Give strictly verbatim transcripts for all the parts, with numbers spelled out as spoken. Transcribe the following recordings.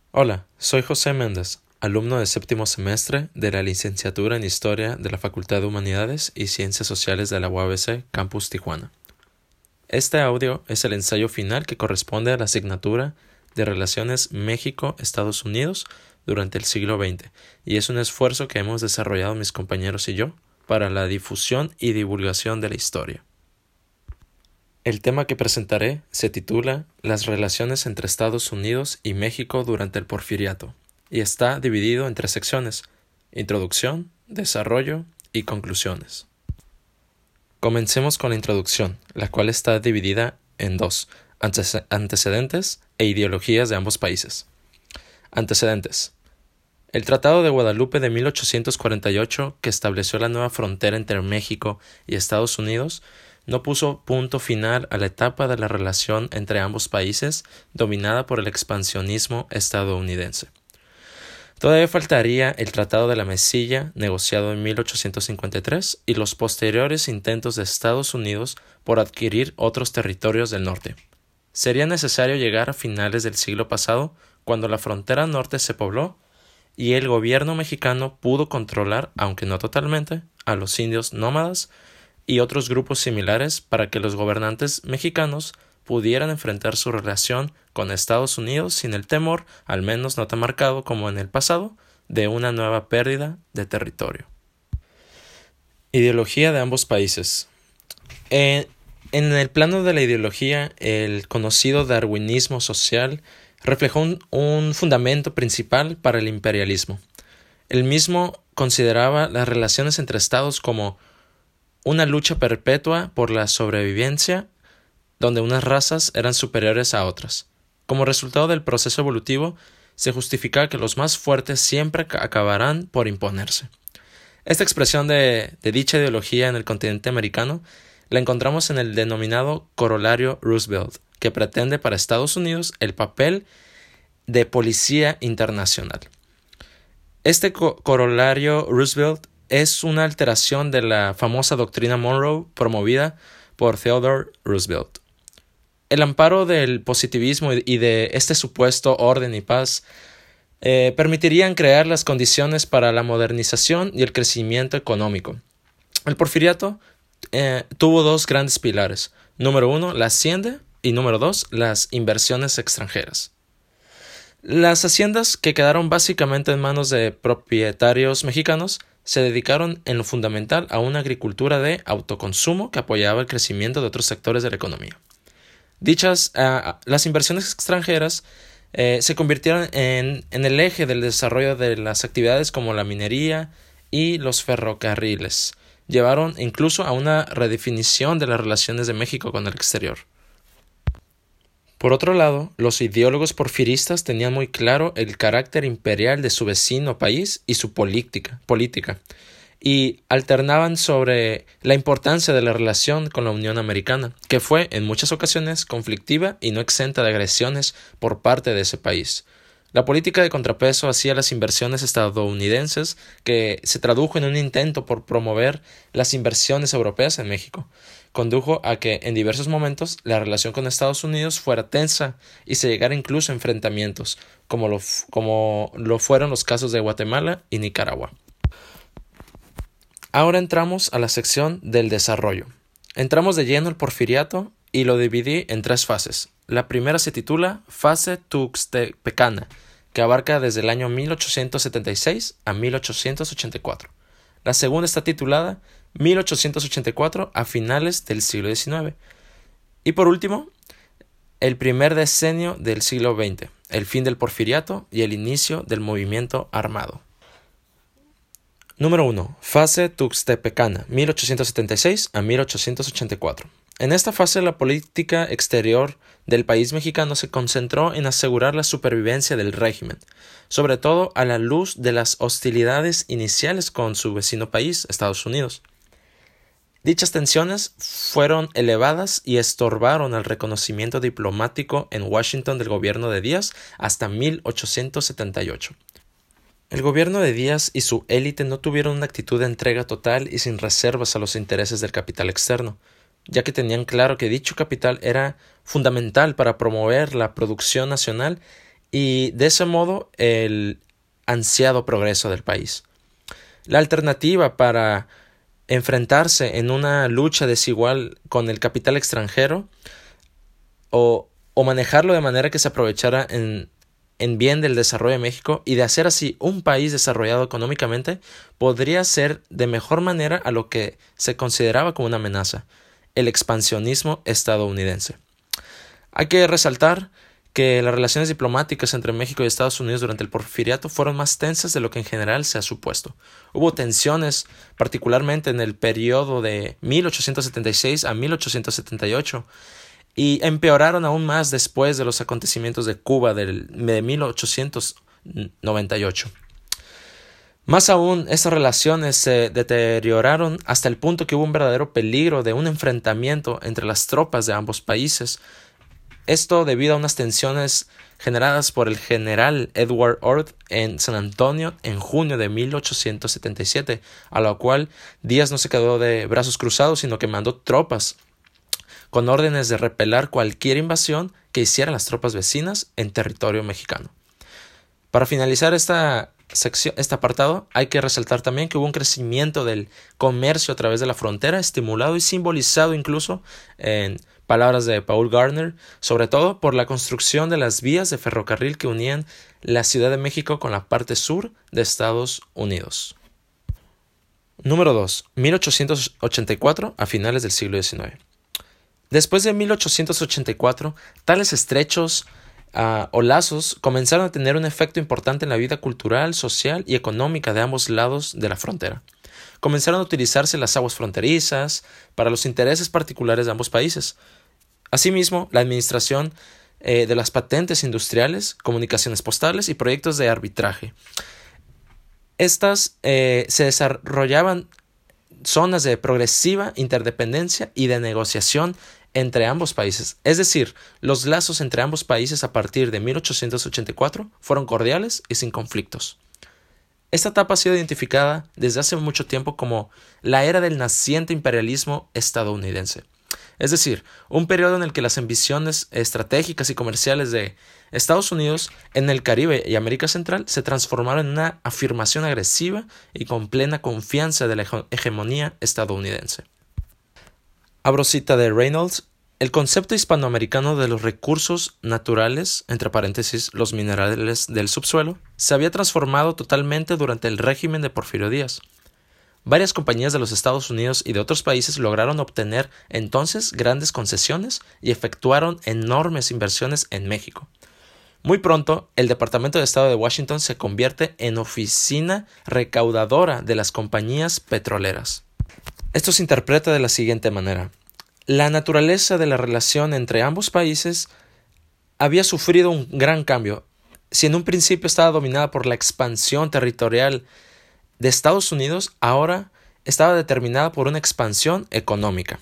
Hola, soy José Méndez, alumno de séptimo semestre de la licenciatura en Historia de la Facultad de Humanidades y Ciencias Sociales de la U A B C Campus Tijuana. Este audio es el ensayo final que corresponde a la asignatura de Relaciones México-Estados Unidos durante el siglo veinte y es un esfuerzo que hemos desarrollado mis compañeros y yo para la difusión y divulgación de la historia. El tema que presentaré se titula Las relaciones entre Estados Unidos y México durante el Porfiriato y está dividido en tres secciones: Introducción, Desarrollo y Conclusiones. Comencemos con la introducción, la cual está dividida en dos: antecedentes e ideologías de ambos países. Antecedentes. El Tratado de Guadalupe de mil ochocientos cuarenta y ocho, que estableció la nueva frontera entre México y Estados Unidos, no puso punto final a la etapa de la relación entre ambos países dominada por el expansionismo estadounidense. Todavía faltaría el Tratado de la Mesilla, negociado en mil ochocientos cincuenta y tres, y los posteriores intentos de Estados Unidos por adquirir otros territorios del norte. Sería necesario llegar a finales del siglo pasado, cuando la frontera norte se pobló y el gobierno mexicano pudo controlar, aunque no totalmente, a los indios nómadas y otros grupos similares para que los gobernantes mexicanos pudieran enfrentar su relación con Estados Unidos sin el temor, al menos no tan marcado como en el pasado, de una nueva pérdida de territorio. Ideología de ambos países. Eh, en el plano de la ideología, el conocido darwinismo social reflejó un, un fundamento principal para el imperialismo. El mismo consideraba las relaciones entre estados como una lucha perpetua por la sobrevivencia, donde unas razas eran superiores a otras. Como resultado del proceso evolutivo, se justificaba que los más fuertes siempre acabarán por imponerse. Esta expresión de, de dicha ideología en el continente americano la encontramos en el denominado Corolario Roosevelt, que pretende para Estados Unidos el papel de policía internacional. Este co- Corolario Roosevelt es una alteración de la famosa doctrina Monroe promovida por Theodore Roosevelt. El amparo del positivismo y de este supuesto orden y paz eh, permitirían crear las condiciones para la modernización y el crecimiento económico. El porfiriato eh, tuvo dos grandes pilares: número uno, la hacienda, y número dos, las inversiones extranjeras. Las haciendas, que quedaron básicamente en manos de propietarios mexicanos, se dedicaron en lo fundamental a una agricultura de autoconsumo que apoyaba el crecimiento de otros sectores de la economía. Dichas, uh, las inversiones extranjeras eh, se convirtieron en, en el eje del desarrollo de las actividades como la minería y los ferrocarriles. Llevaron incluso a una redefinición de las relaciones de México con el exterior. Por otro lado, los ideólogos porfiristas tenían muy claro el carácter imperial de su vecino país y su política, política, y alternaban sobre la importancia de la relación con la Unión Americana, que fue en muchas ocasiones conflictiva y no exenta de agresiones por parte de ese país. La política de contrapeso hacia las inversiones estadounidenses, que se tradujo en un intento por promover las inversiones europeas en México, condujo a que en diversos momentos la relación con Estados Unidos fuera tensa y se llegara incluso a enfrentamientos, como lo, como lo fueron los casos de Guatemala y Nicaragua. Ahora entramos a la sección del desarrollo. Entramos de lleno al porfiriato y lo dividí en tres fases. La primera se titula Fase Tuxtepecana, que abarca desde el año mil ochocientos setenta y seis a mil ochocientos ochenta y cuatro. La segunda está titulada mil ochocientos ochenta y cuatro a finales del siglo diecinueve. Y por último, el primer decenio del siglo veinte, el fin del porfiriato y el inicio del movimiento armado. Número uno. Fase Tuxtepecana, mil ochocientos setenta y seis a mil ochocientos ochenta y cuatro. En esta fase, la política exterior del país mexicano se concentró en asegurar la supervivencia del régimen, sobre todo a la luz de las hostilidades iniciales con su vecino país, Estados Unidos. Dichas tensiones fueron elevadas y estorbaron el reconocimiento diplomático en Washington del gobierno de Díaz hasta mil ochocientos setenta y ocho. El gobierno de Díaz y su élite no tuvieron una actitud de entrega total y sin reservas a los intereses del capital externo, ya que tenían claro que dicho capital era fundamental para promover la producción nacional y de ese modo el ansiado progreso del país. La alternativa para enfrentarse en una lucha desigual con el capital extranjero o, o manejarlo de manera que se aprovechara en, en bien del desarrollo de México y de hacer así un país desarrollado económicamente podría ser de mejor manera a lo que se consideraba como una amenaza, el expansionismo estadounidense. Hay que resaltar que las relaciones diplomáticas entre México y Estados Unidos durante el Porfiriato fueron más tensas de lo que en general se ha supuesto. Hubo tensiones, particularmente en el periodo de mil ochocientos setenta y seis a mil ochocientos setenta y ocho, y empeoraron aún más después de los acontecimientos de Cuba del, de mil ochocientos noventa y ocho. Más aún, estas relaciones se deterioraron hasta el punto que hubo un verdadero peligro de un enfrentamiento entre las tropas de ambos países. Esto debido a unas tensiones generadas por el general Edward Ord en San Antonio en junio de mil ochocientos setenta y siete, a lo cual Díaz no se quedó de brazos cruzados, sino que mandó tropas con órdenes de repeler cualquier invasión que hicieran las tropas vecinas en territorio mexicano. Para finalizar esta sección, este apartado, hay que resaltar también que hubo un crecimiento del comercio a través de la frontera, estimulado y simbolizado incluso en palabras de Paul Gardner, sobre todo por la construcción de las vías de ferrocarril que unían la Ciudad de México con la parte sur de Estados Unidos. Número dos. mil ochocientos ochenta y cuatro a finales del siglo diecinueve. Después de mil ochocientos ochenta y cuatro, tales estrechos uh, o lazos comenzaron a tener un efecto importante en la vida cultural, social y económica de ambos lados de la frontera. Comenzaron a utilizarse las aguas fronterizas para los intereses particulares de ambos países. Asimismo, la administración eh, de las patentes industriales, comunicaciones postales y proyectos de arbitraje. Estas eh, se desarrollaban zonas de progresiva interdependencia y de negociación entre ambos países. Es decir, los lazos entre ambos países a partir de mil ochocientos ochenta y cuatro fueron cordiales y sin conflictos. Esta etapa ha sido identificada desde hace mucho tiempo como la era del naciente imperialismo estadounidense. Es decir, un periodo en el que las ambiciones estratégicas y comerciales de Estados Unidos en el Caribe y América Central se transformaron en una afirmación agresiva y con plena confianza de la hegemonía estadounidense. Abro cita de Reynolds: el concepto hispanoamericano de los recursos naturales, entre paréntesis los minerales del subsuelo, se había transformado totalmente durante el régimen de Porfirio Díaz. Varias compañías de los Estados Unidos y de otros países lograron obtener entonces grandes concesiones y efectuaron enormes inversiones en México. Muy pronto, el Departamento de Estado de Washington se convierte en oficina recaudadora de las compañías petroleras. Esto se interpreta de la siguiente manera: la naturaleza de la relación entre ambos países había sufrido un gran cambio. Si en un principio estaba dominada por la expansión territorial de Estados Unidos, ahora estaba determinada por una expansión económica.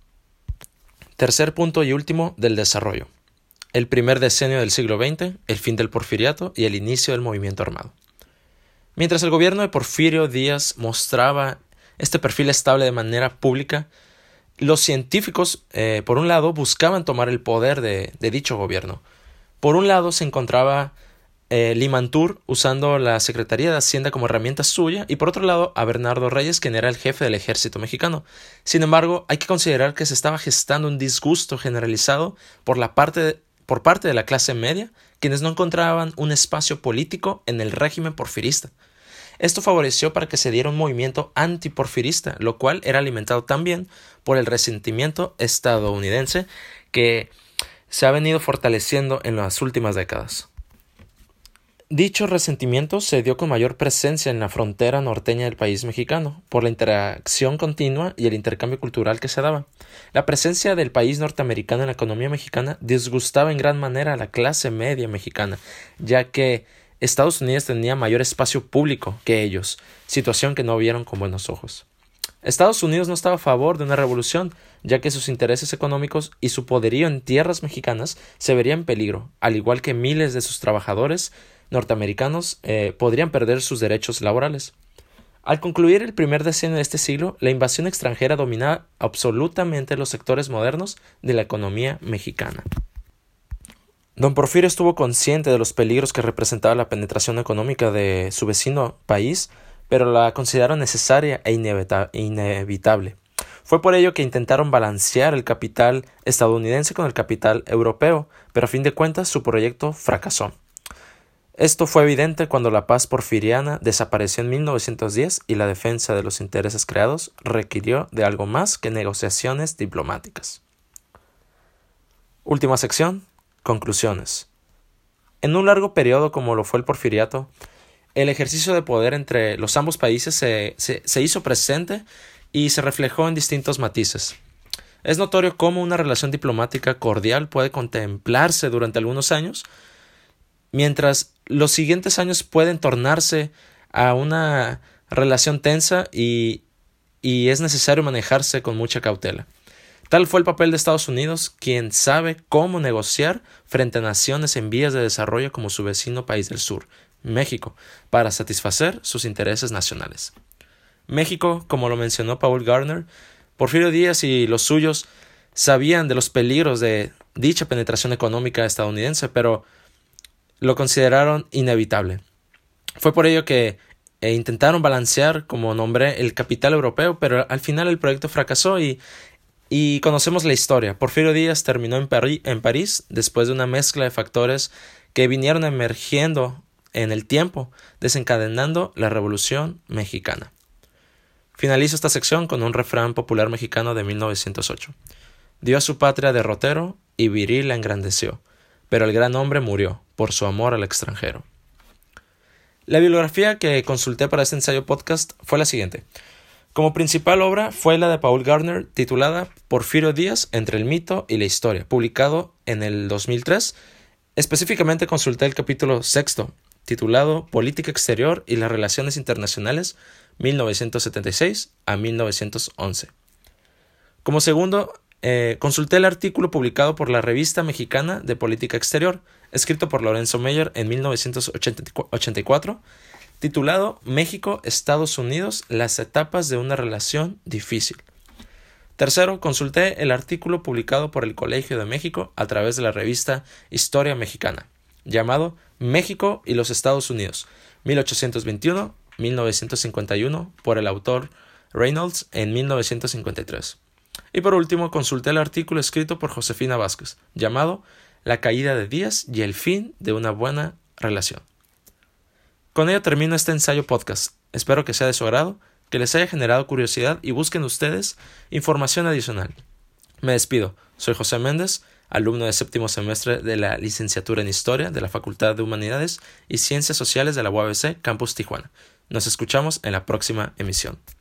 Tercer punto y último del desarrollo: el primer decenio del siglo veinte, el fin del Porfiriato y el inicio del movimiento armado. Mientras el gobierno de Porfirio Díaz mostraba este perfil estable de manera pública, los científicos, eh, por un lado, buscaban tomar el poder de, de dicho gobierno. Por un lado se encontraba eh, Limantur usando la Secretaría de Hacienda como herramienta suya, y por otro lado a Bernardo Reyes, quien era el jefe del ejército mexicano. Sin embargo, hay que considerar que se estaba gestando un disgusto generalizado por, la parte de, por parte de la clase media, quienes no encontraban un espacio político en el régimen porfirista. Esto favoreció para que se diera un movimiento antiporfirista, lo cual era alimentado también por el resentimiento estadounidense que se ha venido fortaleciendo en las últimas décadas. Dicho resentimiento se dio con mayor presencia en la frontera norteña del país mexicano, por la interacción continua y el intercambio cultural que se daba. La presencia del país norteamericano en la economía mexicana disgustaba en gran manera a la clase media mexicana, ya que Estados Unidos tenía mayor espacio público que ellos, situación que no vieron con buenos ojos. Estados Unidos no estaba a favor de una revolución, ya que sus intereses económicos y su poderío en tierras mexicanas se verían en peligro, al igual que miles de sus trabajadores norteamericanos eh, podrían perder sus derechos laborales. Al concluir el primer decenio de este siglo, la invasión extranjera dominaba absolutamente los sectores modernos de la economía mexicana. Don Porfirio estuvo consciente de los peligros que representaba la penetración económica de su vecino país, pero la consideró necesaria e inevita- inevitable. Fue por ello que intentaron balancear el capital estadounidense con el capital europeo, pero a fin de cuentas su proyecto fracasó. Esto fue evidente cuando la paz porfiriana desapareció en mil novecientos diez y la defensa de los intereses creados requirió de algo más que negociaciones diplomáticas. Última sección. Conclusiones. En un largo periodo como lo fue el porfiriato, el ejercicio de poder entre los ambos países se, se, se hizo presente y se reflejó en distintos matices. Es notorio cómo una relación diplomática cordial puede contemplarse durante algunos años, mientras los siguientes años pueden tornarse a una relación tensa y, y es necesario manejarse con mucha cautela. Tal fue el papel de Estados Unidos, quien sabe cómo negociar frente a naciones en vías de desarrollo como su vecino país del sur, México, para satisfacer sus intereses nacionales. México, como lo mencionó Paul Gardner, Porfirio Díaz y los suyos sabían de los peligros de dicha penetración económica estadounidense, pero lo consideraron inevitable. Fue por ello que eh, intentaron balancear, como nombré, el capital europeo, pero al final el proyecto fracasó y Y conocemos la historia. Porfirio Díaz terminó en, Parí, en París después de una mezcla de factores que vinieron emergiendo en el tiempo, desencadenando la Revolución Mexicana. Finalizo esta sección con un refrán popular mexicano de mil novecientos ocho. Dio a su patria derrotero y viril la engrandeció, pero el gran hombre murió por su amor al extranjero. La bibliografía que consulté para este ensayo podcast fue la siguiente. Como principal obra fue la de Paul Gardner titulada Porfirio Díaz entre el mito y la historia, publicado en el dos mil tres. Específicamente consulté el capítulo sexto, titulado Política Exterior y las Relaciones Internacionales mil novecientos setenta y seis a mil novecientos once. Como segundo, eh, consulté el artículo publicado por la Revista Mexicana de Política Exterior, escrito por Lorenzo Meyer en mil novecientos ochenta y cuatro, titulado México, Estados Unidos, las etapas de una relación difícil. Tercero, consulté el artículo publicado por el Colegio de México a través de la revista Historia Mexicana, llamado México y los Estados Unidos, mil ochocientos veintiuno a mil novecientos cincuenta y uno, por el autor Reynolds en mil novecientos cincuenta y tres. Y por último, consulté el artículo escrito por Josefina Vázquez, llamado La caída de Díaz y el fin de una buena relación. Con ello termino este ensayo podcast. Espero que sea de su agrado, que les haya generado curiosidad y busquen ustedes información adicional. Me despido. Soy José Méndez, alumno de séptimo semestre de la licenciatura en Historia de la Facultad de Humanidades y Ciencias Sociales de la U A B C Campus Tijuana. Nos escuchamos en la próxima emisión.